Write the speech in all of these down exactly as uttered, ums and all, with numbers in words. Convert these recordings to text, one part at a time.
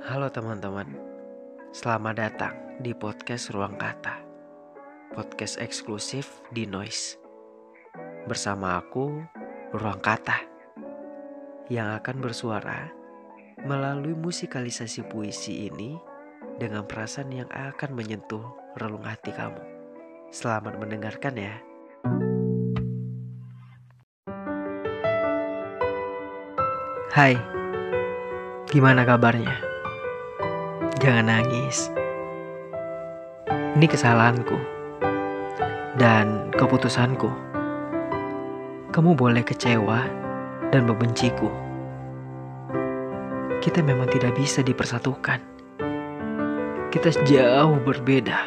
Halo teman-teman, selamat datang di podcast Ruang Kata, podcast eksklusif di Noise. Bersama aku, Ruang Kata, yang akan bersuara melalui musikalisasi puisi ini dengan perasaan yang akan menyentuh relung hati kamu. Selamat mendengarkan ya. Hai, gimana kabarnya? Jangan nangis. Ini kesalahanku dan keputusanku. Kamu boleh kecewa dan membenciku. Kita memang tidak bisa dipersatukan. Kita jauh berbeda.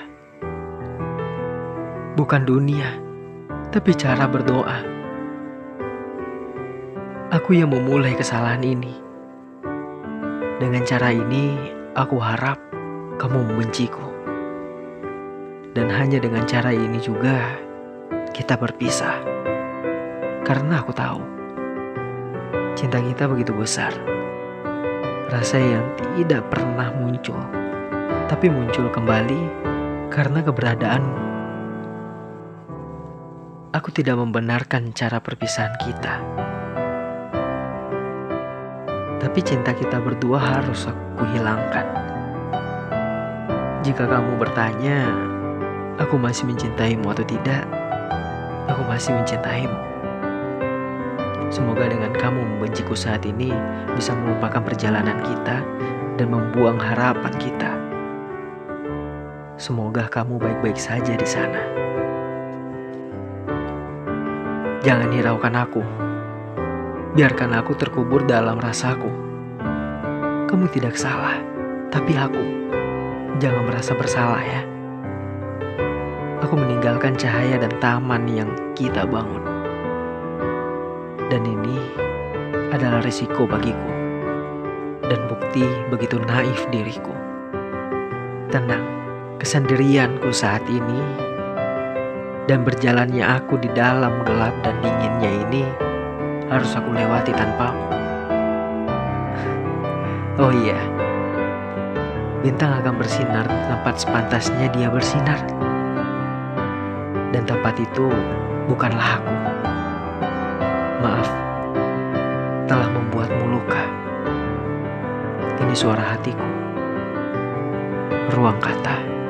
Bukan dunia, tapi cara berdoa. Aku yang memulai kesalahan ini. Dengan cara ini, aku harap kamu membenciku. Dan hanya dengan cara ini juga kita berpisah. Karena aku tahu cinta kita begitu besar. Rasa yang tidak pernah muncul, tapi muncul kembali karena keberadaanmu. Aku tidak membenarkan cara perpisahan kita. Tapi cinta kita berdua harus aku hilangkan. Jika kamu bertanya, aku masih mencintaimu atau tidak, aku masih mencintaimu. Semoga dengan kamu membenciku saat ini bisa melupakan perjalanan kita dan membuang harapan kita. Semoga kamu baik-baik saja di sana. Jangan hiraukan aku. Biarkan aku terkubur dalam rasaku. Kamu tidak salah, tapi aku. Jangan merasa bersalah ya. Aku meninggalkan cahaya dan taman yang kita bangun. Dan ini adalah risiko bagiku. Dan bukti begitu naif diriku. Tenang, kesendirianku saat ini dan berjalannya aku di dalam gelap dan dinginnya ini harus aku lewati tanpamu. Oh iya, bintang akan bersinar tempat sepantasnya dia bersinar. Dan tempat itu bukanlah aku. Maaf, telah membuatmu luka. Ini suara hatiku. Ruang Kata.